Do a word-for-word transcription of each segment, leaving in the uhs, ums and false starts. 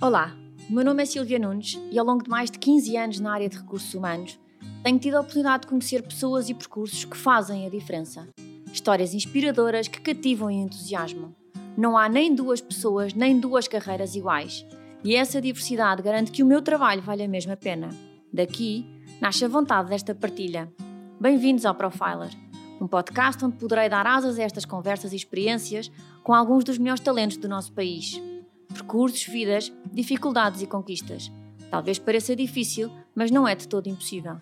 Olá, o meu nome é Silvia Nunes e ao longo de mais de quinze anos na área de recursos humanos tenho tido a oportunidade de conhecer pessoas e percursos que fazem a diferença. Histórias inspiradoras que cativam e entusiasmam. Não há nem duas pessoas nem duas carreiras iguais e essa diversidade garante que o meu trabalho vale a mesma pena. Daqui nasce a vontade desta partilha. Bem-vindos ao Profiler, um podcast onde poderei dar asas a estas conversas e experiências com alguns dos melhores talentos do nosso país. Percursos, vidas, dificuldades e conquistas. Talvez pareça difícil, mas não é de todo impossível.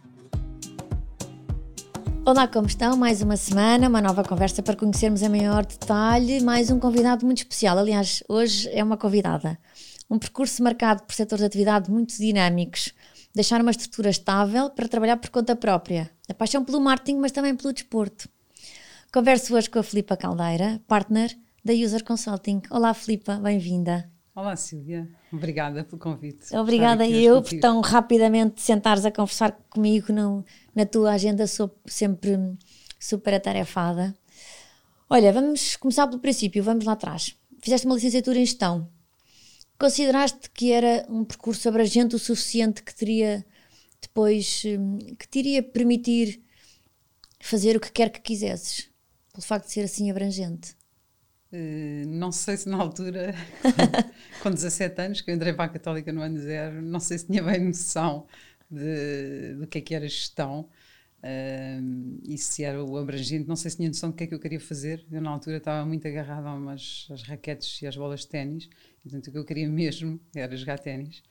Olá, como estão? Mais uma semana, uma nova conversa para conhecermos em maior detalhe, mais um convidado muito especial. Aliás, hoje é uma convidada. Um percurso marcado por setores de atividade muito dinâmicos. Deixar uma estrutura estável para trabalhar por conta própria. A paixão pelo marketing, mas também pelo desporto. Converso hoje com a Filipa Caldeira, partner da User Consulting. Olá, Filipa, bem-vinda. Olá, Silvia. Obrigada pelo convite. Obrigada eu por tão rapidamente sentares a conversar comigo. No, na tua agenda sou sempre super atarefada. Olha, vamos começar pelo princípio, vamos lá atrás. Fizeste uma licenciatura em gestão. Consideraste que era um percurso abrangente o suficiente que teria depois, que te iria permitir fazer o que quer que quisesses, pelo facto de ser assim abrangente? Uh, não sei se na altura, com dezassete anos, que eu entrei para a Católica no ano zero, não sei se tinha bem noção de, do que é que era gestão uh, e se era o abrangente, não sei se tinha noção do que é que eu queria fazer. Eu na altura estava muito agarrada a umas as raquetes e às bolas de ténis, portanto o que eu queria mesmo era jogar ténis.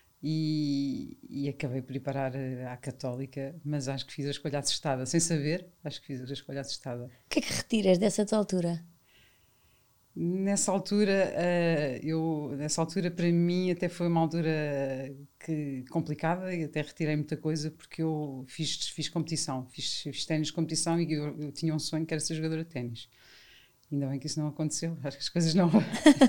E, e acabei por ir parar à Católica, mas acho que fiz a escolha acertada, sem saber, acho que fiz a escolha acertada. O que é que retiras dessa tua altura? Nessa altura, uh, eu, nessa altura para mim até foi uma altura que, complicada e até retirei muita coisa porque eu fiz, fiz competição, fiz, fiz ténis de competição e eu, eu tinha um sonho que era ser jogadora de ténis. Ainda bem que isso não aconteceu, acho que as coisas não...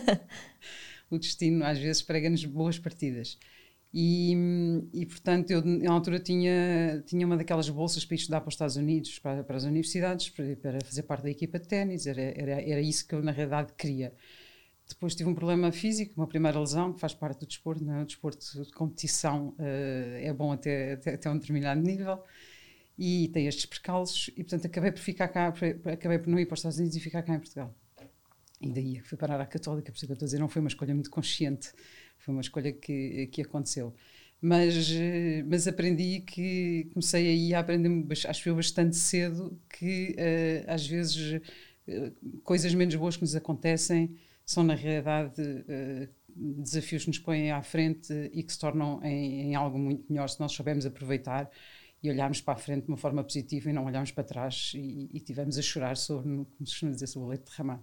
O destino às vezes prega-nos boas partidas. E, e portanto eu na altura tinha, tinha uma daquelas bolsas para ir estudar para os Estados Unidos, para, para as universidades, para, para fazer parte da equipa de ténis, era, era, era isso que eu na realidade queria. Depois tive um problema físico, uma primeira lesão, que faz parte do desporto, não é? O desporto de competição uh, é bom até, até, até um determinado nível, e tem estes percalços, e portanto acabei por, ficar cá, acabei por não ir para os Estados Unidos e ficar cá em Portugal. E daí é que fui parar à Católica, por isso que eu estou a dizer, não foi uma escolha muito consciente, foi uma escolha que, que aconteceu. Mas, mas aprendi que, comecei aí a aprender, acho eu bastante cedo, que uh, às vezes uh, coisas menos boas que nos acontecem são na realidade uh, desafios que nos põem à frente e que se tornam em, em algo muito melhor se nós soubermos aproveitar e olharmos para a frente de uma forma positiva e não olharmos para trás e, e tivemos a chorar sobre, como se costuma dizer, sobre o leite derramado.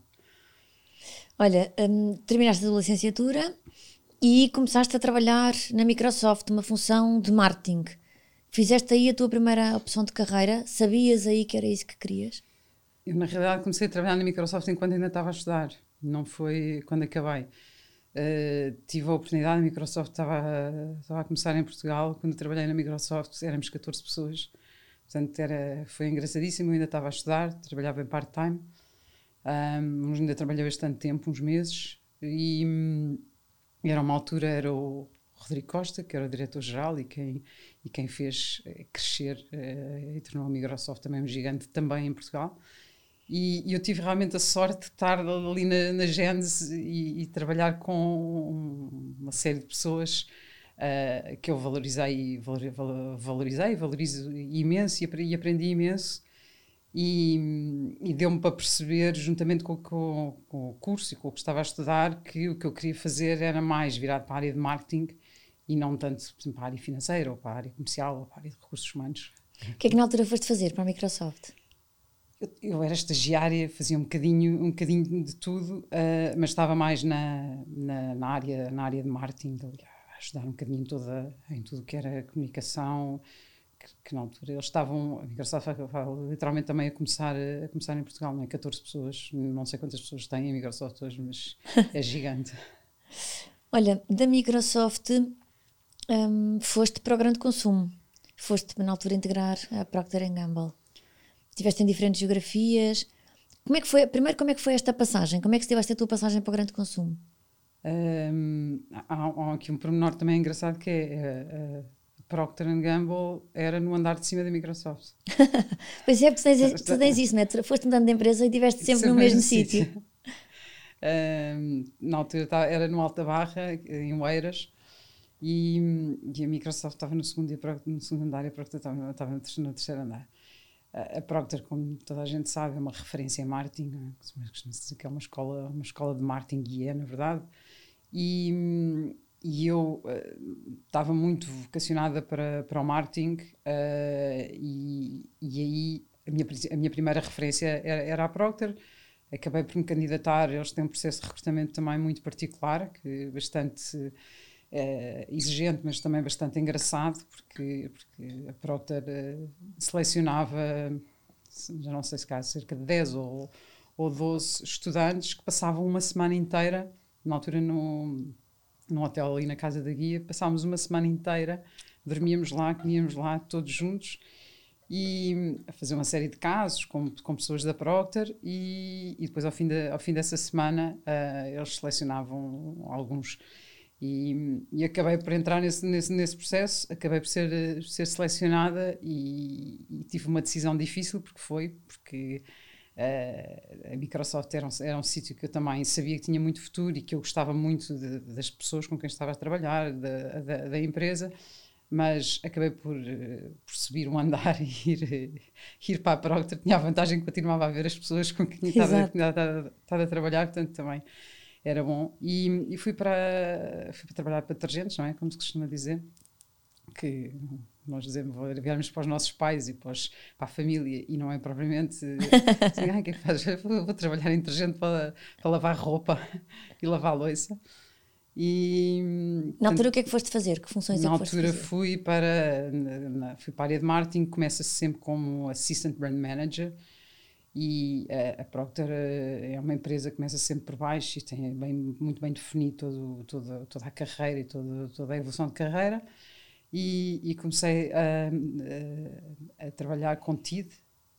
Olha, hum, terminaste a tua licenciatura e começaste a trabalhar na Microsoft, uma função de marketing. Fizeste aí a tua primeira opção de carreira? Sabias aí que era isso que querias? Eu, na realidade, comecei a trabalhar na Microsoft enquanto ainda estava a estudar. Não foi quando acabei. Uh, tive a oportunidade, a Microsoft estava a, estava a começar em Portugal. Quando eu trabalhei na Microsoft éramos catorze pessoas. Portanto, era, foi engraçadíssimo. Eu ainda estava a estudar, trabalhava em part-time. Um, ainda trabalhei bastante tempo, uns meses. E... E era uma altura, era o Rodrigo Costa, que era o diretor-geral e quem, e quem fez crescer uh, e tornou a Microsoft também um gigante também em Portugal. E, e eu tive realmente a sorte de estar ali na, na Gênese e, e trabalhar com uma série de pessoas uh, que eu valorizei, valor, valorizei e valorizo imenso e, e aprendi imenso. E, e deu-me para perceber, juntamente com, com, com o curso e com o que estava a estudar, que o que eu queria fazer era mais virado para a área de marketing e não tanto, por exemplo, para a área financeira ou para a área comercial ou para a área de recursos humanos. O que é que na altura foste fazer para a Microsoft? Eu, eu era estagiária, fazia um bocadinho, um bocadinho de tudo, uh, mas estava mais na, na, na, área, na área de marketing, a ajudar um bocadinho em, toda, em tudo o que era comunicação, que na altura eles estavam, a Microsoft literalmente também a começar, a começar em Portugal, não é? catorze pessoas, não sei quantas pessoas têm a Microsoft hoje, mas é gigante. Olha, da Microsoft um, foste para o grande consumo, foste na altura integrar a Procter and Gamble, estiveste em diferentes geografias. Como é que foi, primeiro como é que foi esta passagem, como é que tiveste a tua passagem para o grande consumo? Um, há, há aqui um pormenor também engraçado que é... Uh, uh, Procter and Gamble era no andar de cima da Microsoft. Pois é, porque tu tens, tu tens isso, não é? Tu foste mudando de empresa e estiveste sempre, sempre no mesmo, mesmo sítio. um, na altura era no Alta Barra, em Oeiras, e, e a Microsoft estava no segundo, dia, no segundo andar e a Procter estava, estava no terceiro andar. A Procter, como toda a gente sabe, é uma referência em marketing, costuma-se dizer que é uma escola, uma escola de marketing, e é, na verdade. E... E eu estava uh, muito vocacionada para, para o marketing uh, e, e aí a minha, a minha primeira referência era, era a Procter. Acabei por me candidatar, eles têm um processo de recrutamento também muito particular, que é bastante uh, exigente, mas também bastante engraçado, porque, porque a Procter uh, selecionava, já não sei se cá, cerca de dez ou, ou doze estudantes que passavam uma semana inteira, na altura no... num hotel ali na Casa da Guia, passámos uma semana inteira, dormíamos lá, comíamos lá todos juntos e a fazer uma série de casos com, com pessoas da Procter e, e depois ao fim, de, ao fim dessa semana uh, eles selecionavam alguns e, e acabei por entrar nesse, nesse, nesse processo, acabei por ser, ser selecionada e, e tive uma decisão difícil porque foi, porque Uh, a Microsoft era um, era um sítio que eu também sabia que tinha muito futuro e que eu gostava muito de, das pessoas com quem estava a trabalhar, da, da, da empresa, mas acabei por, uh, por subir um andar e ir, ir para a Procter. Tinha a vantagem que continuava a ver as pessoas com quem estava, estava, estava a trabalhar, portanto também era bom. E, e fui, para, fui para trabalhar para detergentes, não é? Como se costuma dizer, que nós dizemos, viemos para os nossos pais e para, os, para a família e não é propriamente assim, ah, que faz? Vou, vou trabalhar em detergente para, para lavar roupa e lavar louça. E, na altura, o que é que foste fazer? Que funções é que foste fazer? Na altura fui para, na, fui para a área de marketing, começa-se sempre como Assistant Brand Manager e a, a Procter é uma empresa que começa sempre por baixo e tem bem, muito bem definido todo, todo, toda a carreira e todo, toda a evolução de carreira. E, e comecei a, a, a trabalhar com T I D,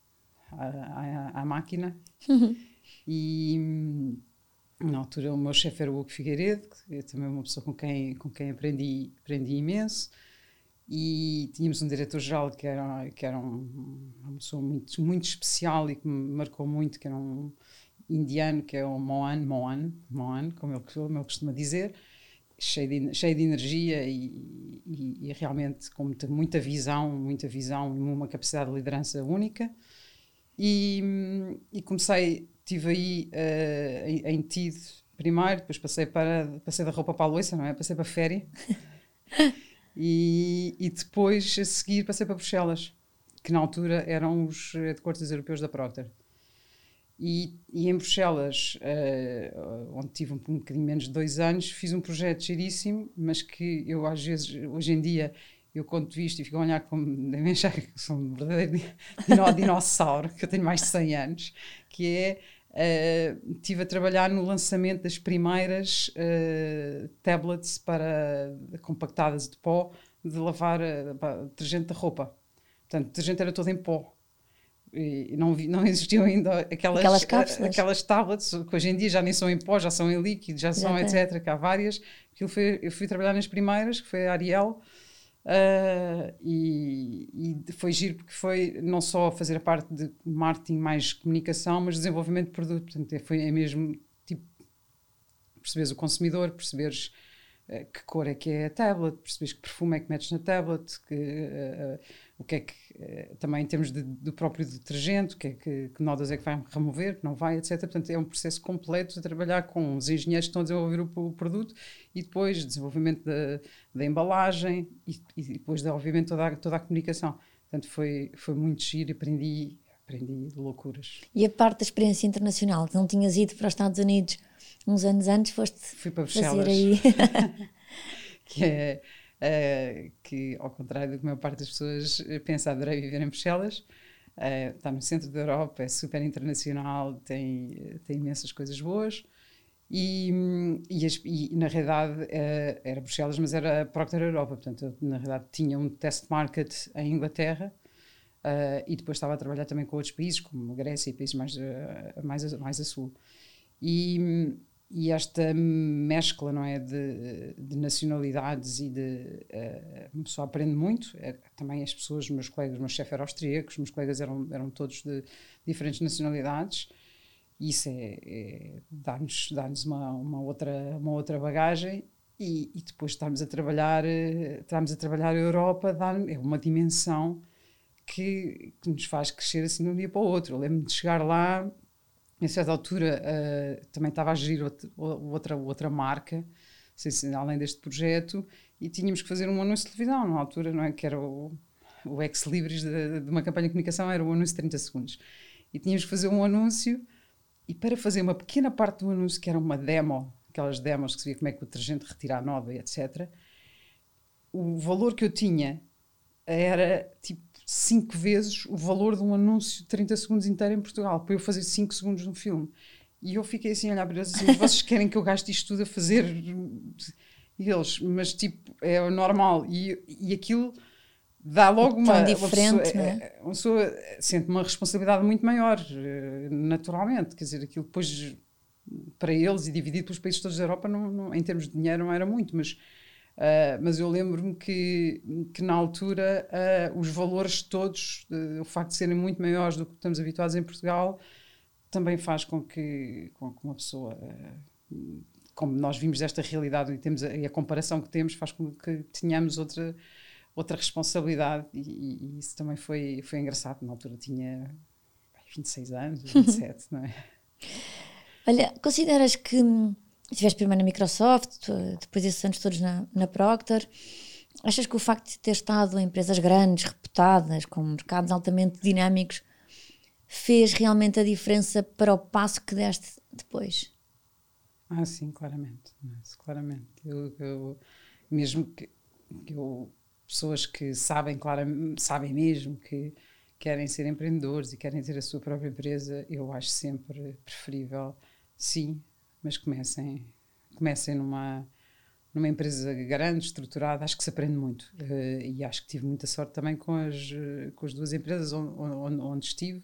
à máquina, uhum. E na altura o meu chefe era o Hugo Figueiredo, que é também uma pessoa com quem, com quem aprendi, aprendi imenso, e tínhamos um diretor-geral que era, que era um, uma pessoa muito, muito especial e que me marcou muito, que era um indiano, que é o Mohan, Mohan, Mohan como ele, como ele costuma dizer, cheio de, cheio de energia e, e, e realmente com muita, muita visão, muita visão e uma capacidade de liderança única. E, e comecei, estive aí uh, em, em T I D primeiro, depois passei, para, passei da roupa para a louça, não é? Passei para a féria. e, e depois, a seguir, passei para Bruxelas, que na altura eram os headquarters europeus da Procter. E, e em Bruxelas, uh, onde tive um, um bocadinho menos de dois anos, fiz um projeto giríssimo, mas que eu às vezes, hoje em dia, eu conto isto e fico a olhar como, devem achar que sou um verdadeiro dinossauro, que eu tenho mais de cem anos, que é, uh, estive a trabalhar no lançamento das primeiras uh, tablets para, compactadas de pó, de lavar uh, detergente de roupa. Portanto, o detergente era todo em pó. E não, vi, não existiam ainda aquelas, aquelas cápsulas, aquelas tablets que hoje em dia já nem são em pó, já são em líquido, já são, já etcétera, que há várias. Eu fui, eu fui trabalhar nas primeiras, que foi a Ariel, uh, e, e foi giro porque foi não só fazer a parte de marketing mais comunicação, mas desenvolvimento de produto. Portanto, foi é mesmo tipo perceberes o consumidor, perceberes uh, que cor é que é a tablet, perceberes que perfume é que metes na tablet, que... Uh, o que é que, também em termos de, do próprio detergente, o que é que, que nodas é que vai remover, que não vai, etcétera. Portanto, é um processo completo de trabalhar com os engenheiros que estão a desenvolver o, o produto e depois desenvolvimento da, da embalagem e, e depois, de, obviamente, toda a, toda a comunicação. Portanto, foi, foi muito giro e aprendi, aprendi loucuras. E a parte da experiência internacional, que não tinhas ido para os Estados Unidos uns anos antes, foste Fui para Bruxelas, fazer aí... que é... Uh, que, ao contrário do que a maior parte das pessoas pensa, adorei viver em Bruxelas. Uh, está no centro da Europa, é super internacional, tem, tem imensas coisas boas. E, e, e na realidade uh, era Bruxelas, mas era a Procter Europa. Portanto, eu, na realidade, tinha um test market em Inglaterra uh, e depois estava a trabalhar também com outros países, como Grécia e países mais, uh, mais, a, mais a sul. E. e esta mescla, não é, de, de nacionalidades e de... Uh, uma pessoa aprende muito, é, também as pessoas, meus colegas, o meu chefe era austríaco, os meus colegas eram, eram todos de diferentes nacionalidades, e isso é, é, dá-nos, dá-nos uma, uma, outra, uma outra bagagem, e, e depois estarmos a trabalhar, estarmos a trabalhar a Europa, dá, é uma dimensão que, que nos faz crescer assim de um dia para o outro. Eu lembro-me de chegar lá, em certa altura uh, também estava a gerir outra, outra, outra marca, sei se, além deste projeto, e tínhamos que fazer um anúncio de televisão na altura, não é? Que era o, o ex-libris de, de uma campanha de comunicação, era o anúncio de trinta segundos. E tínhamos que fazer um anúncio, e para fazer uma pequena parte do anúncio, que era uma demo, aquelas demos que se via como é que o detergente retira a nódoa, etcétera, o valor que eu tinha era tipo cinco vezes o valor de um anúncio de trinta segundos inteiro em Portugal, para eu fazer cinco segundos no filme. E eu fiquei assim a olhar para eles assim, vocês querem que eu gaste isto tudo a fazer? E eles, mas tipo, é normal. E, e aquilo dá logo uma... Tão diferente, uma pessoa, não é? Uma pessoa sente uma responsabilidade muito maior, naturalmente. Quer dizer, aquilo depois, para eles, e dividido pelos países todos da Europa, não, não, em termos de dinheiro não era muito, mas... Uh, mas eu lembro-me que, que na altura uh, os valores todos, uh, o facto de serem muito maiores do que estamos habituados em Portugal, também faz com que, com que uma pessoa, uh, como nós vimos desta realidade e, temos a, e a comparação que temos, faz com que tenhamos outra, outra responsabilidade, e, e, e isso também foi, foi engraçado. Na altura tinha vinte e seis anos, vinte e sete, não é? Olha, consideras que estiveste primeiro na Microsoft, depois desses anos todos na, na Procter, achas que o facto de ter estado em empresas grandes, reputadas, com mercados altamente dinâmicos, fez realmente a diferença para o passo que deste depois? Ah, sim, claramente. claramente. Eu, eu, mesmo que, que eu, pessoas que sabem, claramente, sabem mesmo que querem ser empreendedores e querem ter a sua própria empresa, eu acho sempre preferível, sim, mas comecem, comecem numa, numa empresa grande, estruturada. Acho que se aprende muito, uh, e acho que tive muita sorte também com as, com as duas empresas onde, onde, onde estive.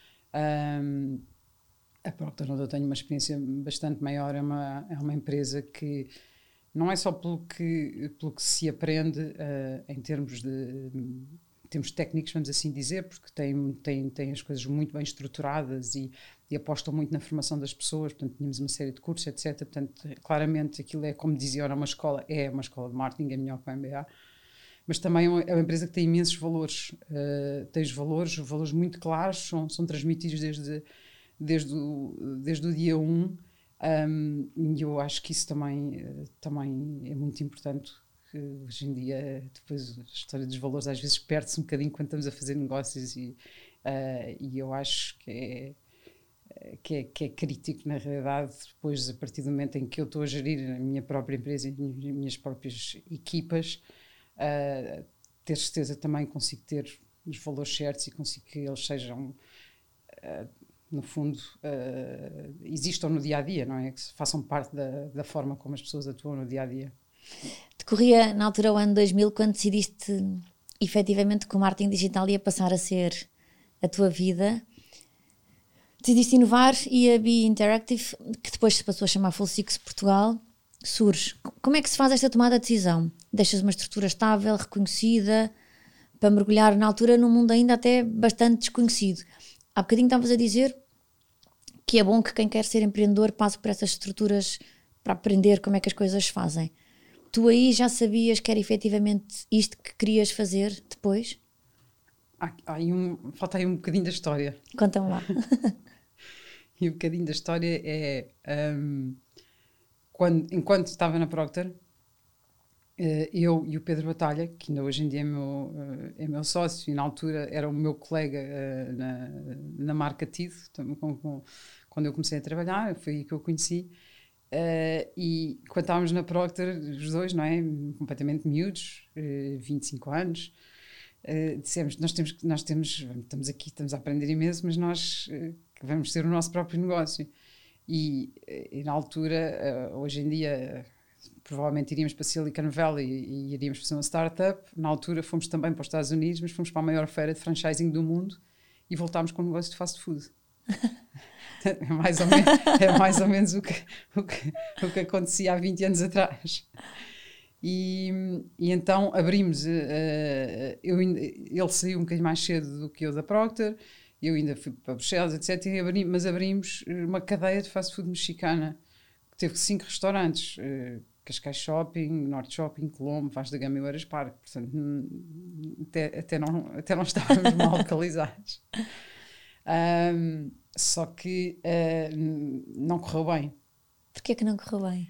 Um, a Procter, onde eu tenho uma experiência bastante maior, é uma, é uma empresa que não é só pelo que, pelo que se aprende uh, em termos de termos técnicos, vamos assim dizer, porque tem, tem, tem as coisas muito bem estruturadas e, e apostam muito na formação das pessoas. Portanto, tínhamos uma série de cursos, etcétera. Portanto, claramente aquilo é, como dizia, era uma escola, é uma escola de marketing, é melhor que o M B A, mas também é uma, é uma empresa que tem imensos valores, uh, tem os valores, valores muito claros, são, são transmitidos desde, desde, o, desde o dia um, um, e eu acho que isso também, uh, também é muito importante. Hoje em dia, depois a história dos valores às vezes perde-se um bocadinho quando estamos a fazer negócios, e, uh, e eu acho que é, que, é, que é crítico, na realidade, depois, a partir do momento em que eu estou a gerir a minha própria empresa e as minhas próprias equipas, uh, ter certeza também consigo ter os valores certos e consigo que eles sejam, uh, no fundo, uh, existam no dia-a-dia, não é? Que façam parte da, da forma como as pessoas atuam no dia-a-dia. Decorria na altura o ano dois mil, quando decidiste efetivamente que o marketing digital ia passar a ser a tua vida. Decidiste inovar e a Be Interactive, que depois se passou a chamar Full Six Portugal, surge. Como é que se faz esta tomada de decisão? Deixas uma estrutura estável, reconhecida, para mergulhar na altura num mundo ainda até bastante desconhecido. Há bocadinho estavas a dizer que é bom que quem quer ser empreendedor passe por essas estruturas para aprender como é que as coisas se fazem. Tu aí já sabias que era efetivamente isto que querias fazer depois? Há, há aí um, falta aí um bocadinho da história. Conta-me lá. E um bocadinho da história é... Um, quando, enquanto estava na Procter, eu e o Pedro Batalha, que ainda hoje em dia é meu, é meu sócio, e na altura era o meu colega na, na marca Tido, quando eu comecei a trabalhar, foi aí que eu conheci. Uh, e quando estávamos na Procter, os dois, não é? Completamente miúdos, uh, vinte e cinco anos, uh, dissemos: nós temos, nós temos, estamos aqui, estamos a aprender imenso, mas nós uh, vamos ter o nosso próprio negócio. E, e na altura, uh, hoje em dia, uh, provavelmente iríamos para Silicon Valley e, e iríamos fazer uma startup. Na altura fomos também para os Estados Unidos, mas fomos para a maior feira de franchising do mundo e voltámos com um negócio de fast food. É mais ou menos, é mais ou menos o, que, o, que, o que acontecia há vinte anos atrás. E, e então abrimos, uh, eu, ele saiu um bocadinho mais cedo do que eu da Procter, eu ainda fui para Bruxelas, etcétera. E abri, mas abrimos uma cadeia de fast food mexicana, que teve cinco restaurantes, uh, Cascais Shopping, Norte Shopping, Colombo, Vaz da Gama e Oeiras Parque, portanto até, até, não, até não estávamos mal localizados. Um, só que uh, não correu bem. Porquê que não correu bem?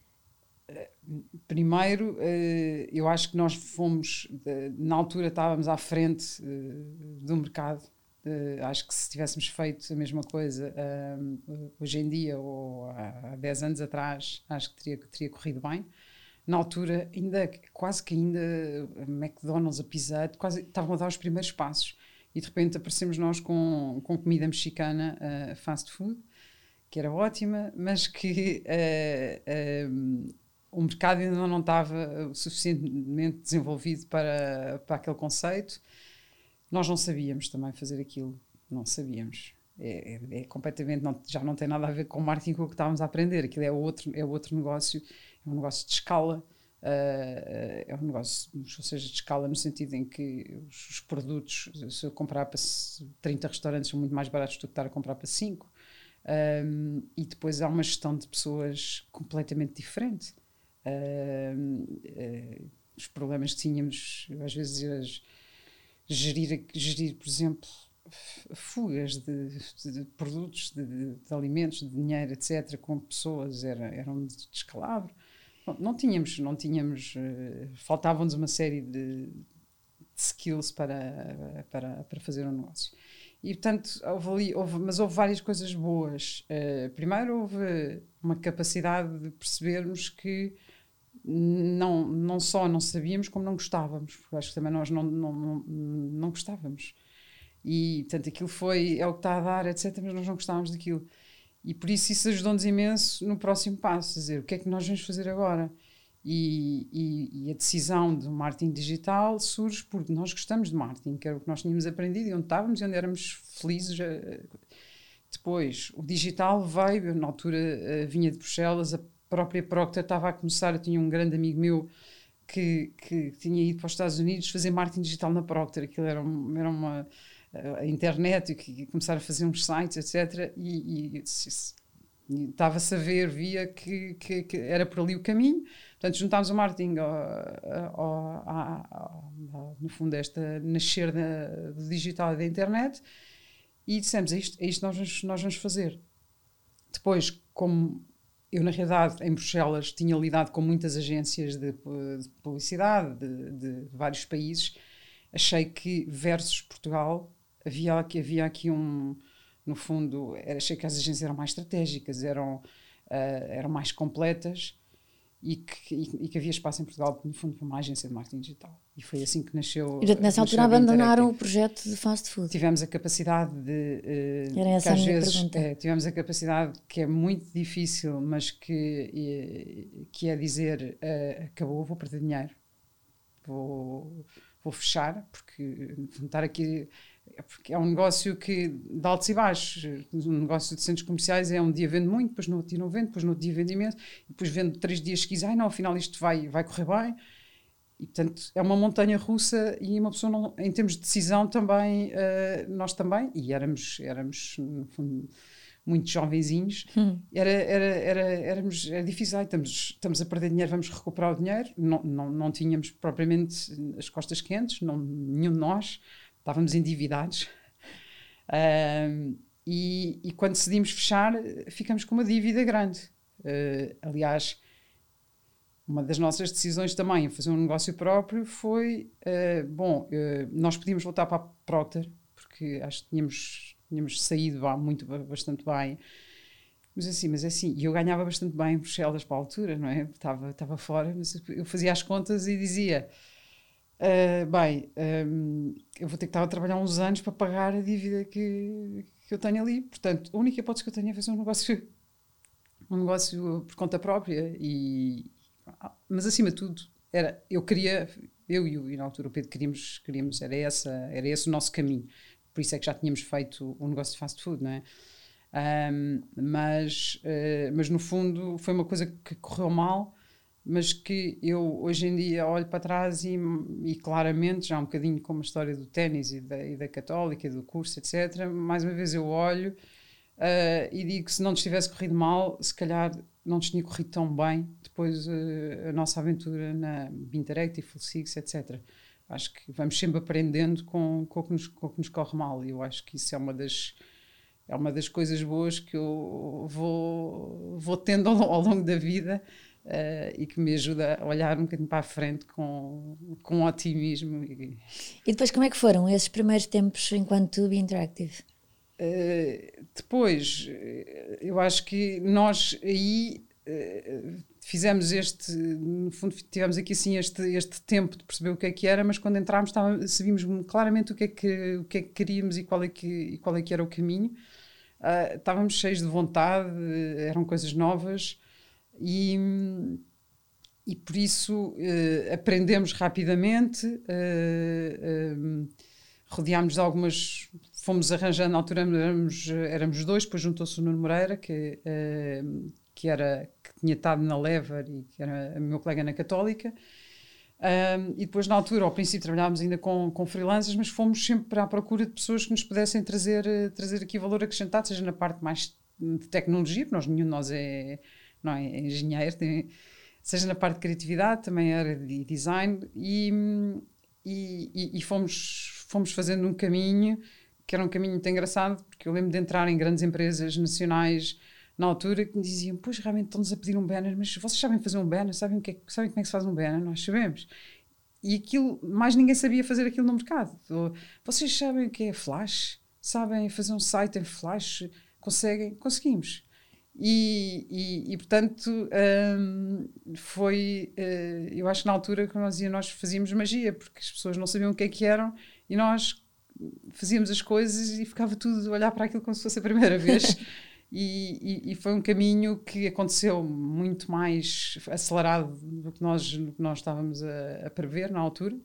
Primeiro, eu acho que nós fomos, na altura estávamos à frente do mercado. Acho que se tivéssemos feito a mesma coisa hoje em dia ou há dez anos atrás, acho que teria, teria corrido bem. Na altura, ainda, quase que ainda a McDonald's, a Pizza Hut, quase estavam a dar os primeiros passos. E de repente aparecemos nós com, com comida mexicana, fast food, que era ótima, mas que uh, uh, o mercado ainda não estava suficientemente desenvolvido para, para aquele conceito. Nós não sabíamos também fazer aquilo, não sabíamos. É, é, é completamente, não, já não tem nada a ver com o marketing com o que estávamos a aprender. Aquilo é outro, é outro negócio, é um negócio de escala, uh, é um negócio, ou seja, de escala no sentido em que os, os produtos, se eu comprar para trinta restaurantes, são muito mais baratos do que estar a comprar para cinco. Um, e depois há uma gestão de pessoas completamente diferente. Um, uh, os problemas que tínhamos, às vezes, gerir, gerir por exemplo, fugas de, de, de produtos, de, de, de alimentos, de dinheiro, etcétera, com pessoas, era, era um descalabro. Não, não tínhamos, não tínhamos uh, faltavam-nos uma série de, de skills para, para, para fazer um negócio. E, portanto, houve ali, houve, mas houve várias coisas boas. Uh, primeiro, houve uma capacidade de percebermos que não, não só não sabíamos, como não gostávamos. Porque acho que também nós não, não, não, não gostávamos. E, portanto, aquilo foi, é o que está a dar, etcétera, mas nós não gostávamos daquilo. E, por isso, isso ajudou-nos imenso no próximo passo. Dizer, o que é que nós vamos fazer agora? E, e, e a decisão do marketing digital surge porque nós gostamos de marketing, que era o que nós tínhamos aprendido e onde estávamos e onde éramos felizes. Depois, o digital veio, eu, na altura vinha de Bruxelas, a própria Procter estava a começar, eu tinha um grande amigo meu que, que tinha ido para os Estados Unidos fazer marketing digital na Procter, aquilo era, um, era uma a internet, e que começaram a fazer uns sites, etcétera. E, e, e estava-se a ver, via que, que, que era por ali o caminho. Portanto, juntámos o marketing ao, ao, ao, ao, no fundo, esta nascer da, do digital e da internet, e dissemos, é isto, é isto que nós vamos, nós vamos fazer. Depois, como eu, na realidade, em Bruxelas, tinha lidado com muitas agências de, de publicidade de, de vários países, achei que, versus Portugal, havia, havia aqui um... No fundo, era, achei que as agências eram mais estratégicas, eram, uh, eram mais completas, e que, e, e que havia espaço em Portugal, no fundo, para uma agência de marketing digital. E foi assim que nasceu. E nessa altura abandonaram o projeto de fast food. Tivemos a capacidade de. Uh, Era essa a minha vezes, pergunta. É, tivemos a capacidade, que é muito difícil, mas que, uh, que é dizer: uh, acabou, vou perder dinheiro, vou, vou fechar, porque estar aqui. Porque é um negócio que de altos e baixos. Um negócio de centros comerciais é um dia vende muito, depois no outro dia não vende, depois no outro dia vende imenso, depois vende três dias seguidos, ai não, afinal isto vai, vai correr bem. E portanto é uma montanha russa, e uma pessoa, não, em termos de decisão também, uh, nós também, e éramos, éramos no fundo, muito jovenzinhos, hum. era, era, era, éramos, era difícil, ai, estamos, estamos a perder dinheiro, vamos recuperar o dinheiro. Não, não, não tínhamos propriamente as costas quentes, não, nenhum de nós. Estávamos endividados, uh, e, e quando decidimos fechar, ficamos com uma dívida grande. Uh, aliás, uma das nossas decisões também em fazer um negócio próprio foi, uh, bom, uh, nós podíamos voltar para a Procter, porque acho que tínhamos, tínhamos saído lá muito, bastante bem, mas assim, mas assim, e eu ganhava bastante bem em Bruxelas para a altura, não é? Estava, estava fora, mas eu fazia as contas e dizia... Uh, bem, um, eu vou ter que estar a trabalhar uns anos para pagar a dívida que, que eu tenho ali. Portanto, a única hipótese que eu tenho é fazer um negócio, um negócio por conta própria. E, mas, acima de tudo, era, eu queria, eu e, o, e na altura o Pedro queríamos, queríamos era, essa, era esse o nosso caminho. Por isso é que já tínhamos feito um negócio de fast food, não é? Um, mas, uh, mas no fundo foi uma coisa que correu mal, mas que eu hoje em dia olho para trás e, e claramente, já um bocadinho como a história do ténis e da, e da Católica, do curso, etcétera, mais uma vez eu olho uh, e digo que se não nos tivesse corrido mal, se calhar não nos tinha corrido tão bem depois uh, a nossa aventura na Interactive, Full Six, etcétera. Acho que vamos sempre aprendendo com, com, o que nos, com o que nos corre mal, e eu acho que isso é uma das, é uma das coisas boas que eu vou, vou tendo ao, ao longo da vida. Uh, e que me ajuda a olhar um bocadinho para a frente com, com otimismo. E, e depois como é que foram esses primeiros tempos enquanto Be Interactive? Uh, depois, eu acho que nós aí uh, fizemos este, no fundo tivemos aqui assim este, este tempo de perceber o que é que era, mas quando entrámos estávamos, sabíamos claramente o que é que, o que, é que queríamos e qual é que, e qual é que era o caminho. Uh, estávamos cheios de vontade, eram coisas novas. E, e por isso uh, aprendemos rapidamente, uh, uh, rodeámos de algumas, fomos arranjando, na altura éramos, éramos dois, depois juntou-se o Nuno Moreira, que, uh, que, era, que tinha estado na Lever e que era meu colega na Católica, um, e depois na altura, ao princípio trabalhávamos ainda com, com freelancers, mas fomos sempre à procura de pessoas que nos pudessem trazer, trazer aqui valor acrescentado, seja na parte mais de tecnologia, porque nós, nenhum de nós é... não é, é engenheiro, tem, seja na parte de criatividade, também era de design, e, e, e fomos, fomos fazendo um caminho que era um caminho muito engraçado, porque eu lembro de entrar em grandes empresas nacionais na altura que me diziam, pois realmente estão-nos a pedir um banner, mas vocês sabem fazer um banner, sabem, o que é, sabem como é que se faz um banner? Nós sabemos. E aquilo, mais ninguém sabia fazer aquilo no mercado. Vocês sabem o que é Flash? Sabem fazer um site em Flash? Conseguem? Conseguimos. E, e, e portanto um, foi uh, eu acho que na altura que nós dizíamos, nós fazíamos magia, porque as pessoas não sabiam o que é que eram e nós fazíamos as coisas e ficava tudo a olhar para aquilo como se fosse a primeira vez. e, e, e foi um caminho que aconteceu muito mais acelerado do que nós, do que nós estávamos a, a prever na altura,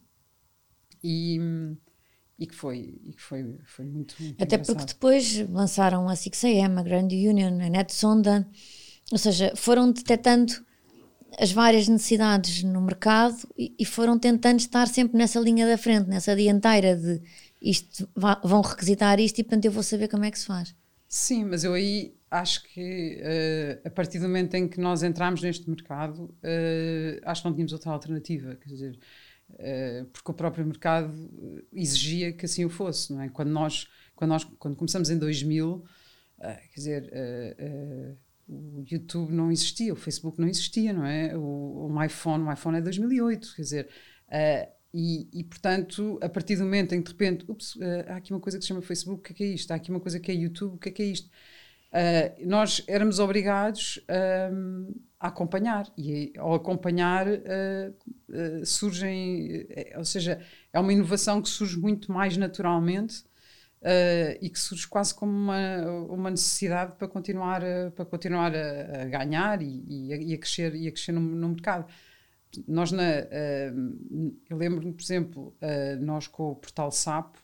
e E que foi, e que foi, foi muito, muito Até engraçado. porque depois lançaram a six A M, a Grand Union, a NetSonda, ou seja, foram detectando as várias necessidades no mercado e, e foram tentando estar sempre nessa linha da frente, nessa dianteira de isto, vão requisitar isto e portanto eu vou saber como é que se faz. Sim, mas eu aí acho que uh, a partir do momento em que nós entramos neste mercado, uh, acho que não tínhamos outra alternativa, quer dizer... Uh, porque o próprio mercado exigia que assim o fosse, não é? Quando nós, quando nós quando começamos em dois mil, uh, quer dizer, uh, uh, o YouTube não existia, o Facebook não existia, não é? O, o iPhone, o iPhone é dois mil e oito, quer dizer, uh, e, e portanto, a partir do momento em que de repente, ups, uh, há aqui uma coisa que se chama Facebook, o que é que é isto? Há aqui uma coisa que é YouTube, o que é que é isto? Uh, nós éramos obrigados um, a acompanhar, e ao acompanhar uh, uh, surgem, uh, ou seja, é uma inovação que surge muito mais naturalmente uh, e que surge quase como uma, uma necessidade para continuar, a, para continuar a, a ganhar e, e, a, e a crescer, e a crescer no, no mercado. Nós, na, uh, eu lembro-me, por exemplo, uh, nós com o Portal Sapo,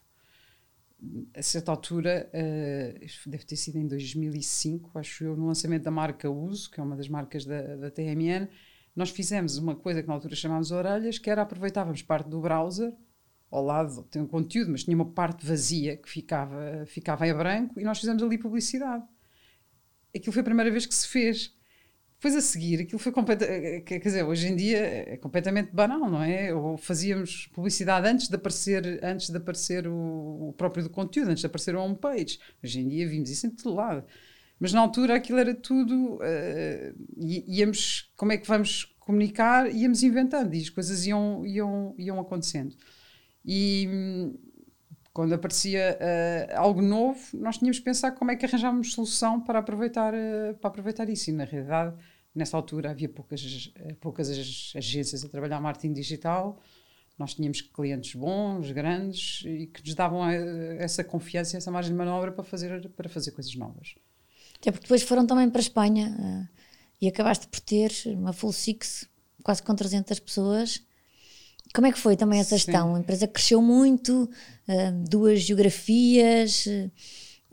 a certa altura, uh, deve ter sido em dois mil e cinco, acho eu, no lançamento da marca Uso, que é uma das marcas da, da T M N, nós fizemos uma coisa que na altura chamámos orelhas, que era aproveitávamos parte do browser, ao lado tem um conteúdo, mas tinha uma parte vazia que ficava, ficava em branco, e nós fizemos ali publicidade. Aquilo foi a primeira vez que se fez. Depois a seguir, aquilo foi completamente, quer dizer, hoje em dia é completamente banal, não é? Ou fazíamos publicidade antes de aparecer, antes de aparecer o, o próprio do conteúdo, antes de aparecer o homepage. Hoje em dia vimos isso em todo lado. Mas na altura aquilo era tudo, uh, íamos, como é que vamos comunicar? Íamos inventando e as coisas iam, iam, iam acontecendo. E quando aparecia uh, algo novo, nós tínhamos que pensar como é que arranjávamos solução para aproveitar, uh, para aproveitar isso. E, na realidade, nessa altura havia poucas, poucas agências a trabalhar marketing digital. Nós tínhamos clientes bons, grandes, e que nos davam a, essa confiança e essa margem de manobra para fazer, para fazer coisas novas. Até porque depois foram também para a Espanha uh, e acabaste por ter uma Full Six, quase com trezentas pessoas. Como é que foi também essa gestão? Sim. A empresa cresceu muito, uh, duas geografias, uh,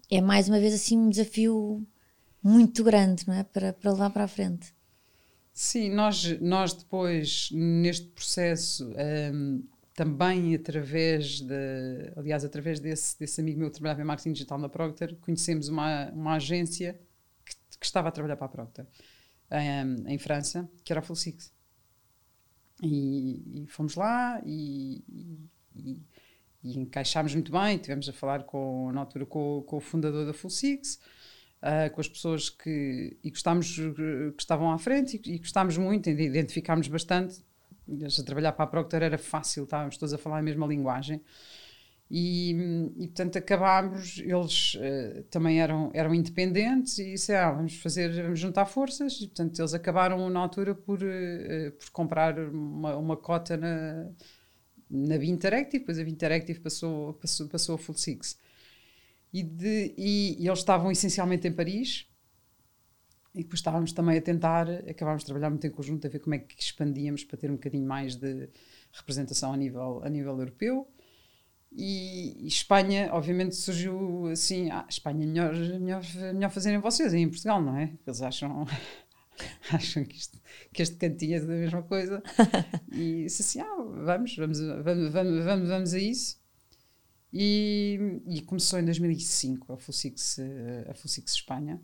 é mais uma vez assim um desafio muito grande, não é? Para, para levar para a frente. Sim, nós, nós depois, neste processo, um, também através de, aliás, através desse, desse amigo meu que trabalhava em marketing digital na Procter, conhecemos uma, uma agência que, que estava a trabalhar para a Procter, um, em França, que era a Full Six. E, e fomos lá e, e, e encaixámos muito bem, tivemos a falar com, na altura com, com o fundador da Full Six, Uh, com as pessoas que e gostámos, que estavam à frente e, e gostámos muito, identificámos bastante. A trabalhar para a Procter era fácil, estávamos todos a falar a mesma linguagem e, e portanto acabámos, eles uh, também eram, eram independentes e disseram, ah, vamos fazer, vamos juntar forças e portanto eles acabaram na altura por, uh, por comprar uma, uma cota na, na Binteractive, depois a Binteractive passou, passou, passou a Full Six. E, de, e, e eles estavam essencialmente em Paris e depois estávamos também a tentar, acabámos de trabalhar muito em conjunto a ver como é que expandíamos para ter um bocadinho mais de representação a nível, a nível europeu e, e Espanha obviamente surgiu assim, ah, Espanha é melhor, melhor, melhor fazerem vocês aí em Portugal, não é? Eles acham, acham que, isto, que este cantinho é da mesma coisa e disse assim, ah, vamos, vamos, vamos, vamos, vamos, vamos a isso. E, e começou em dois mil e cinco a Full Six, a Full Six Espanha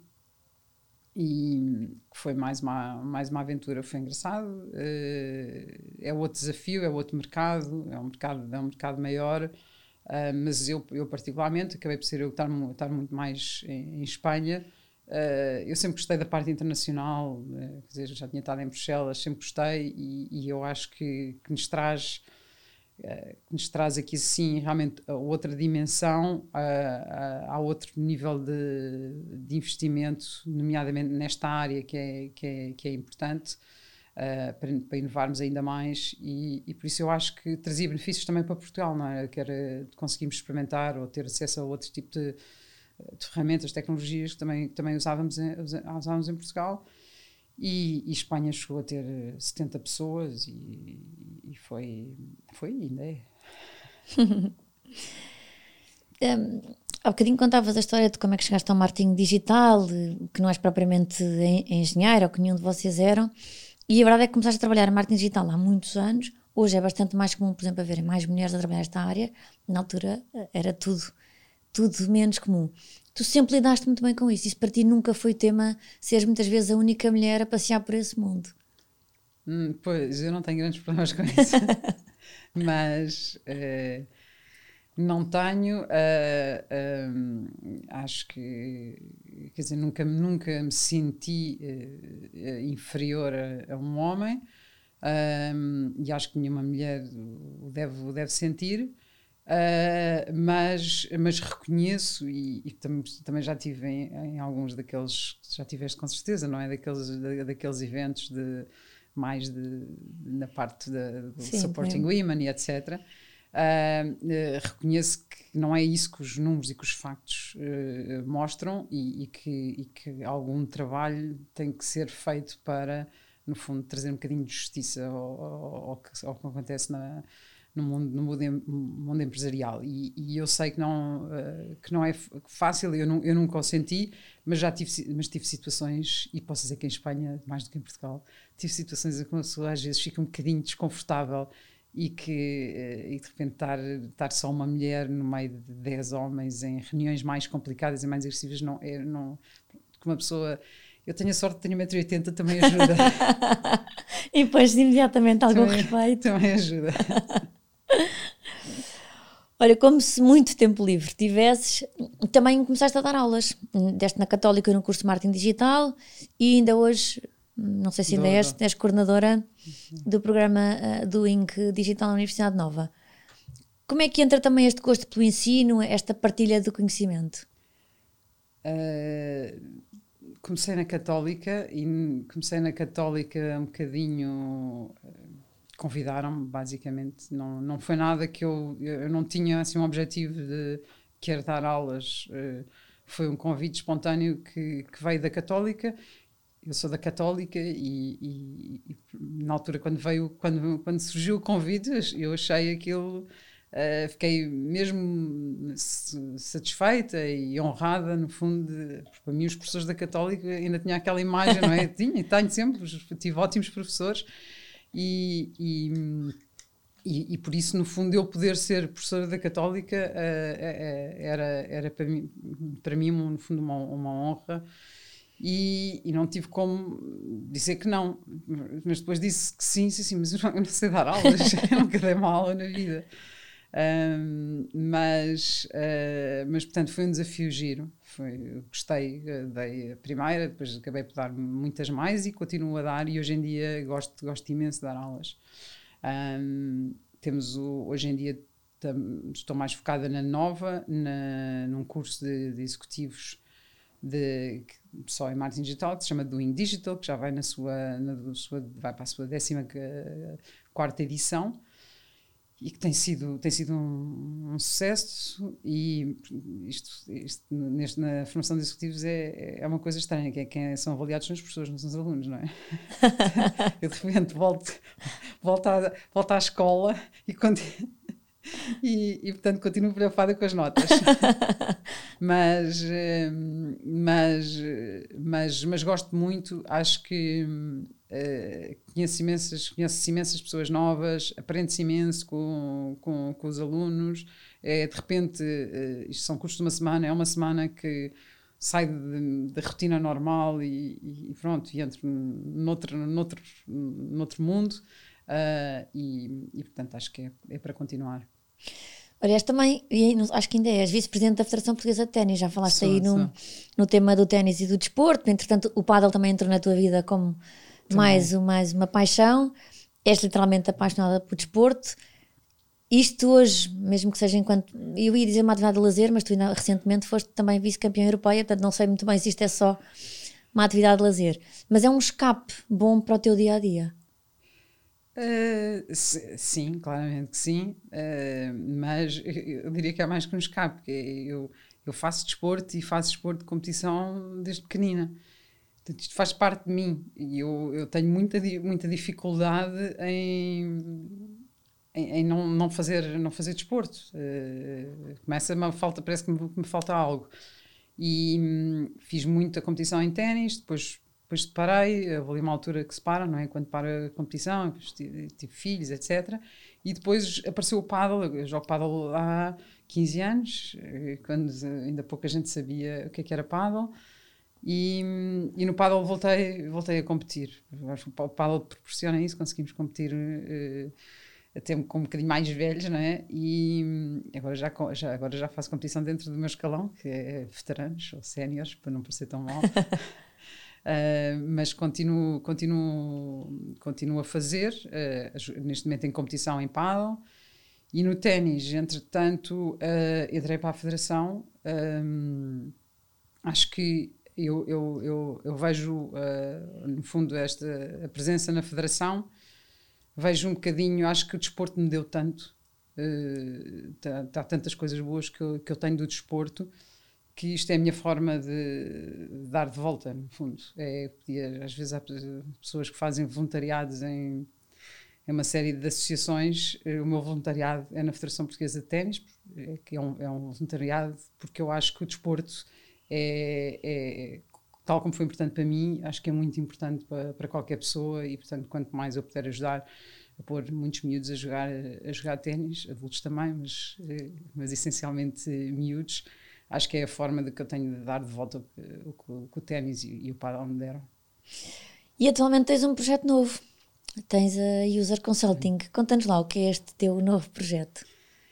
e foi mais uma, mais uma aventura, foi engraçado, é outro desafio, é outro mercado, é um mercado, é um mercado maior, mas eu, eu particularmente acabei por ser eu estar, estar muito mais em, em Espanha. Eu sempre gostei da parte internacional, quer dizer, já tinha estado em Bruxelas, sempre gostei e, e eu acho que, que nos traz que nos traz aqui sim realmente a outra dimensão, a, a, a outro nível de, de investimento, nomeadamente nesta área que é, que é, que é importante uh, para, para inovarmos ainda mais e, e por isso eu acho que trazia benefícios também para Portugal, não é? Que era conseguirmos experimentar ou ter acesso a outro tipo de, de ferramentas, tecnologias que também, também usávamos, em, usávamos em Portugal. E, e Espanha chegou a ter setenta pessoas e, e foi, foi ainda é. um, há bocadinho contavas a história de como é que chegaste ao marketing digital, que não és propriamente engenheiro, ou que nenhum de vocês eram, e a verdade é que começaste a trabalhar em marketing digital há muitos anos. Hoje é bastante mais comum, por exemplo, haverem mais mulheres a trabalhar nesta área. Na altura era tudo, tudo menos comum. Tu sempre lidaste muito bem com isso. Isso para ti nunca foi tema, seres muitas vezes a única mulher a passear por esse mundo? Hum, pois, eu não tenho grandes problemas com isso. Mas uh, não tenho. Uh, um, acho que, quer dizer, nunca, nunca me senti uh, inferior a, a um homem. Um, e acho que nenhuma mulher o deve, o deve sentir. Uh, mas, mas reconheço e, e tam, também já tive em, em alguns daqueles, já tiveste com certeza, não é? Daqueles, da, daqueles eventos de, mais de, de, na parte de, de Sim, supporting bem. Women e etcétera. Uh, uh, reconheço que não é isso que os números e que os factos uh, mostram e, e, que, e que algum trabalho tem que ser feito para, no fundo, trazer um bocadinho de justiça ao, ao, ao, que, ao que acontece na no mundo, no mundo, mundo empresarial e, e eu sei que não, uh, que não é fácil, eu, não, eu nunca o senti, mas já tive, mas tive situações, e posso dizer que em Espanha, mais do que em Portugal, tive situações em que uma pessoa às vezes fica um bocadinho desconfortável e que uh, e de repente estar, estar só uma mulher no meio de dez homens em reuniões mais complicadas e mais agressivas, não, é, não, que uma pessoa... Eu tenho a sorte de ter um metro e oitenta, também ajuda. E depois imediatamente algum também, respeito. Também ajuda. Olha, como se muito tempo livre tivesses, também começaste a dar aulas. Deste na Católica no curso de Marketing Digital e ainda hoje, não sei se ainda és, és coordenadora do programa uh, do I N C Digital na Universidade Nova. Como é que entra também este gosto pelo ensino, esta partilha do conhecimento? Uh, comecei na Católica e comecei na Católica um bocadinho... Convidaram-me, basicamente. Não, não foi nada que eu... Eu não tinha assim, um objetivo de querer dar aulas. Foi um convite espontâneo que, que veio da Católica. Eu sou da Católica e, e, e na altura, quando veio... Quando, quando surgiu o convite, eu achei aquilo Uh, fiquei mesmo satisfeita e honrada, no fundo, de, para mim os professores da Católica ainda tinha aquela imagem, não é? Tinha e tenho sempre, tive ótimos professores e, e, e, e por isso, no fundo, eu poder ser professora da Católica uh, uh, era, era para mim, para mim, no fundo, uma, uma honra. E, e não tive como dizer que não, mas depois disse que sim, sim, sim, mas eu não, eu não sei dar aulas, eu nunca dei uma aula na vida. Um, mas, uh, mas, portanto, foi um desafio giro, foi, gostei, dei a primeira, depois acabei por dar muitas mais e continuo a dar, e hoje em dia gosto, gosto imenso de dar aulas. Um, temos o, hoje em dia tam, estou mais focada na Nova, na, num curso de, de executivos de, só em marketing digital, que se chama Doing Digital, que já vai, na sua, na sua, vai para a sua décima quarta edição, e que tem sido, tem sido um, um sucesso. E isto, isto neste, na formação de executivos é, é uma coisa estranha, que é quem são avaliados são as pessoas, não são os alunos, não é? Eu de repente volto, volto, à, volto à escola e continuo. E, e portanto continuo preocupada com as notas. mas, mas, mas, mas gosto muito, acho que uh, conheço, imensas, conheço imensas pessoas novas, aprendo-se imenso com, com, com os alunos. É, de repente, uh, isto são cursos de uma semana, é uma semana que sai da rotina normal e, e pronto, e entro noutro, noutro, noutro mundo. Uh, e, e portanto acho que é, é para continuar. Olha, és também, e acho que ainda és vice-presidente da Federação Portuguesa de Ténis, já falaste sou, aí no, no tema do ténis e do desporto, entretanto o pádel também entrou na tua vida como mais, mais uma paixão, és literalmente apaixonada por desporto. Isto hoje, mesmo que seja enquanto, eu ia dizer uma atividade de lazer, mas tu ainda recentemente foste também vice-campeã europeia, portanto não sei muito bem se isto é só uma atividade de lazer, mas é um escape bom para o teu dia-a-dia. Uh, sim, claramente que sim, uh, mas eu diria que é mais que um escape, porque eu, eu faço desporto e faço desporto de competição desde pequenina, portanto isto faz parte de mim e eu, eu tenho muita, muita dificuldade em, em, em não, não, fazer, não fazer desporto. Uh, começa, me falta, parece que me, me falta algo, e hum, fiz muita competição em ténis, depois Depois parei, houve uma altura que se para, não é? Quando para a competição, depois tive, tive filhos, etcétera. E depois apareceu o pádel, eu jogo pádel há quinze anos, quando ainda pouca gente sabia o que é que era pádel. E, e no pádel voltei, voltei a competir. Acho que o pádel proporciona isso, conseguimos competir uh, até com um bocadinho mais velhos, não é? E agora já, já, agora já faço competição dentro do meu escalão, que é veteranos ou séniores, para não parecer tão mal. Uh, mas continuo, continuo, continuo a fazer, uh, neste momento em competição em pádel, e no ténis, entretanto, uh, entrei para a Federação. Um, acho que eu, eu, eu, eu vejo, uh, no fundo, esta, a presença na Federação, vejo um bocadinho, acho que o desporto me deu tanto, uh, há tantas coisas boas que eu, que eu tenho do desporto, que isto é a minha forma de dar de volta, no fundo. É, às vezes há pessoas que fazem voluntariados em, em uma série de associações. O meu voluntariado é na Federação Portuguesa de Ténis, que é um, é um voluntariado porque eu acho que o desporto é, é, tal como foi importante para mim, acho que é muito importante para, para qualquer pessoa, e portanto quanto mais eu puder ajudar a pôr muitos miúdos a jogar, a jogar ténis, adultos também, mas, mas essencialmente miúdos, acho que é a forma de que eu tenho de dar de volta o que o, o ténis e, e o pádel me deram. E atualmente tens um projeto novo, tens a User Consulting. Conta-nos lá o que é este teu novo projeto.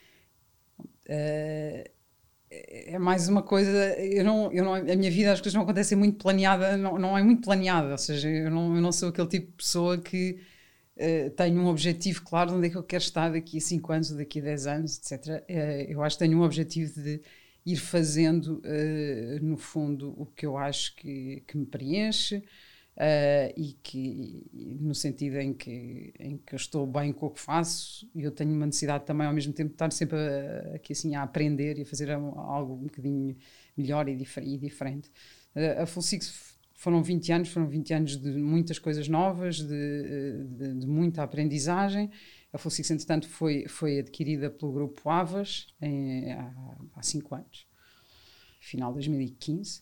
Uh, é mais uma coisa, eu não, eu não, a minha vida, as coisas não acontecem muito planeada, não, não é muito planeada, ou seja, eu não, eu não sou aquele tipo de pessoa que uh, tem um objetivo claro de onde é que eu quero estar daqui a cinco anos ou daqui a dez anos, etcétera. Uh, eu acho que tenho um objetivo de ir fazendo, uh, no fundo, o que eu acho que, que me preenche, uh, e que, no sentido em que, em que eu estou bem com o que faço, e eu tenho uma necessidade também, ao mesmo tempo, de estar sempre a, aqui, assim, a aprender e a fazer algo um bocadinho melhor e, difer- e diferente. Uh, a Full Six foram vinte anos, foram vinte anos de muitas coisas novas, de, de, de muita aprendizagem, A Full Six, entretanto, foi, foi adquirida pelo grupo Havas em, há, há cinco anos, final de dois mil e quinze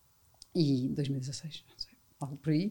e dois mil e dezasseis, não sei, algo por aí.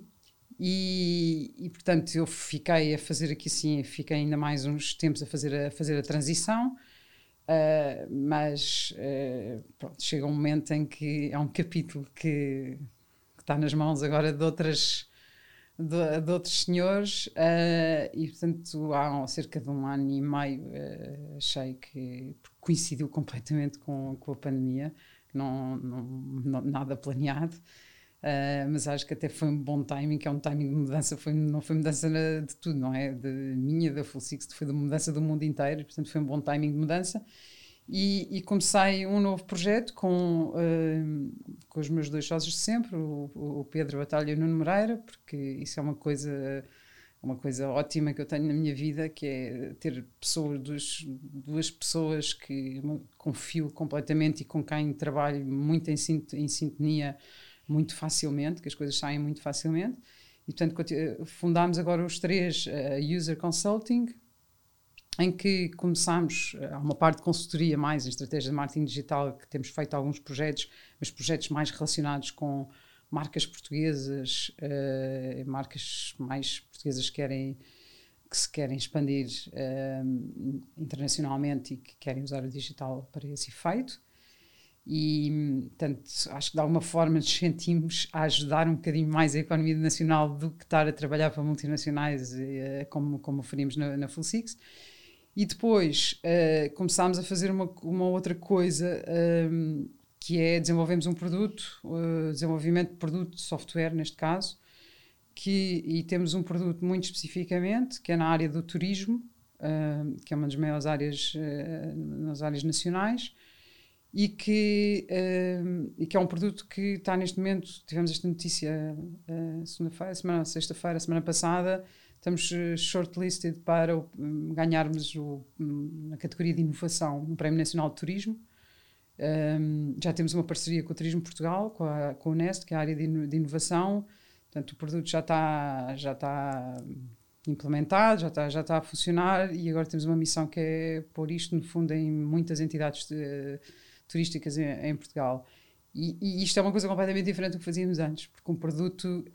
E, e, portanto, eu fiquei a fazer aqui assim, fiquei ainda mais uns tempos a fazer a, fazer a transição, uh, mas uh, pronto, chega um momento em que é um capítulo que, que está nas mãos agora de outras... De, de outros senhores, uh, e portanto há cerca de um ano e meio uh, achei que coincidiu completamente com, com a pandemia, não, não, não, nada planeado, uh, mas acho que até foi um bom timing, que é um timing de mudança, foi, não foi mudança de tudo, não é? De minha, da Full Six, foi de mudança do mundo inteiro, portanto foi um bom timing de mudança. E, e comecei um novo projeto com, uh, com os meus dois sócios de sempre, o, o Pedro Batalha e o Nuno Moreira, porque isso é uma coisa, uma coisa ótima que eu tenho na minha vida, que é ter pessoas, duas, duas pessoas que confio completamente e com quem trabalho muito em, sint, em sintonia muito facilmente, que as coisas saem muito facilmente. E, portanto, fundámos agora os três a uh, User Consulting, em que começámos, há uma parte de consultoria mais em estratégia de marketing digital, que temos feito alguns projetos, mas projetos mais relacionados com marcas portuguesas, uh, marcas mais portuguesas que, querem, que se querem expandir uh, internacionalmente e que querem usar o digital para esse efeito. E, portanto, acho que de alguma forma nos sentimos a ajudar um bocadinho mais a economia nacional do que estar a trabalhar para multinacionais, uh, como, como faríamos na, na Full Six. E depois uh, começámos a fazer uma, uma outra coisa, um, que é desenvolvemos um produto, uh, desenvolvimento de produto, de software neste caso, que, e temos um produto muito especificamente, que é na área do turismo, uh, que é uma das maiores áreas, uh, nas áreas nacionais, e que, uh, e que é um produto que está neste momento, tivemos esta notícia uh, segunda-feira, semana, sexta-feira, semana passada. Estamos shortlisted para o, ganharmos o, na categoria de inovação no Prémio Nacional de Turismo. Um, já temos uma parceria com o Turismo Portugal, com a, com o Nest, que é a área de, de inovação. Portanto, o produto já está, já está implementado, já está, já está a funcionar, e agora temos uma missão que é pôr isto, no fundo, em muitas entidades de, turísticas em, em Portugal. E, e isto é uma coisa completamente diferente do que fazíamos antes, porque um produto uh,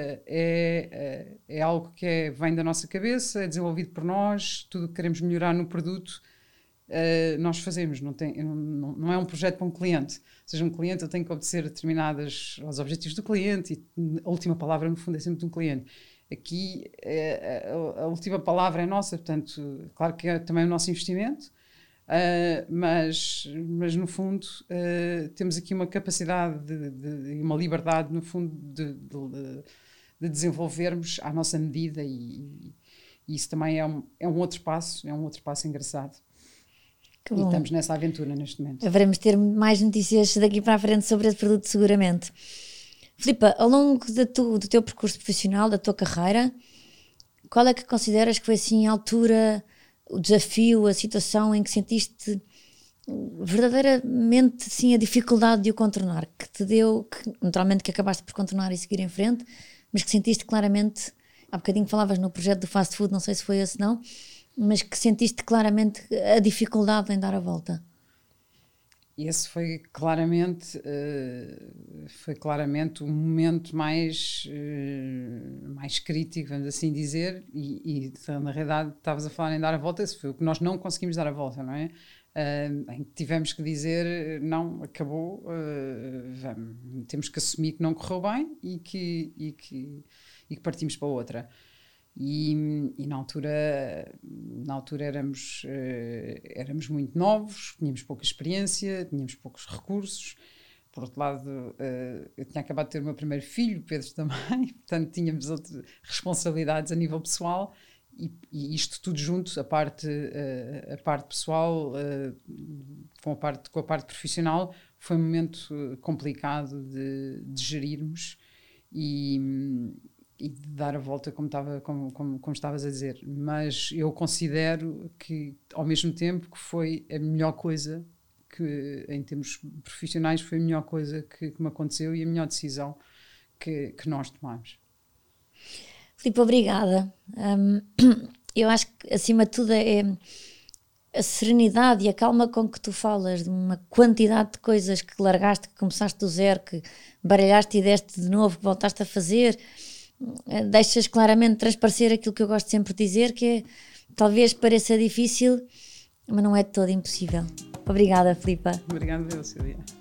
é, uh, é algo que é, vem da nossa cabeça, é desenvolvido por nós, tudo o que queremos melhorar no produto, uh, nós fazemos, não, tem, não, não é um projeto para um cliente. Ou seja, um cliente eu tenho que obedecer determinados os objetivos do cliente, e a última palavra no fundo é sempre de um cliente. Aqui uh, a, a última palavra é nossa, portanto, claro que é também o nosso investimento, Uh, mas, mas no fundo uh, temos aqui uma capacidade e de, de, uma liberdade no fundo de, de, de desenvolvermos à nossa medida, e, e isso também é um, é um outro passo, é um outro passo engraçado. Que bom. E estamos nessa aventura neste momento. Haveremos ter mais notícias daqui para a frente sobre esse produto seguramente. Filipa, ao longo tu, do teu percurso profissional, da tua carreira, qual é que consideras que foi assim a altura, o desafio, a situação em que sentiste verdadeiramente sim, a dificuldade de o contornar, que te deu, que, naturalmente que acabaste por contornar e seguir em frente, mas que sentiste claramente, há bocadinho falavas no projeto do fast food, não sei se foi esse não, mas que sentiste claramente a dificuldade em dar a volta? Esse foi claramente, uh, foi claramente o momento mais, uh, mais crítico, vamos assim dizer, e, e na realidade estavas a falar em dar a volta, esse foi o que nós não conseguimos dar a volta, não é? Uh, em que tivemos que dizer, não, acabou, uh, vamos, temos que assumir que não correu bem e que, e que, e que partimos para outra. E, e na altura, na altura éramos, uh, éramos muito novos, tínhamos pouca experiência, tínhamos poucos recursos. Por outro lado, uh, eu tinha acabado de ter o meu primeiro filho, Pedro também, portanto tínhamos outras responsabilidades a nível pessoal, e, e isto tudo junto, a parte, uh, a parte pessoal uh, com, a parte, com a parte profissional, foi um momento complicado de, de gerirmos e e de dar a volta, como, estava, como, como, como estavas a dizer. Mas eu considero que, ao mesmo tempo, que foi a melhor coisa, que em termos profissionais, foi a melhor coisa que, que me aconteceu e a melhor decisão que, que nós tomámos. Filipa, obrigada. Um, eu acho que acima de tudo é a serenidade e a calma com que tu falas de uma quantidade de coisas que largaste, que começaste do zero, que baralhaste e deste de novo, que voltaste a fazer, deixas claramente transparecer aquilo que eu gosto sempre de dizer, que é, talvez pareça difícil, mas não é de todo impossível. Obrigada, Filipa. Obrigada, Silvia.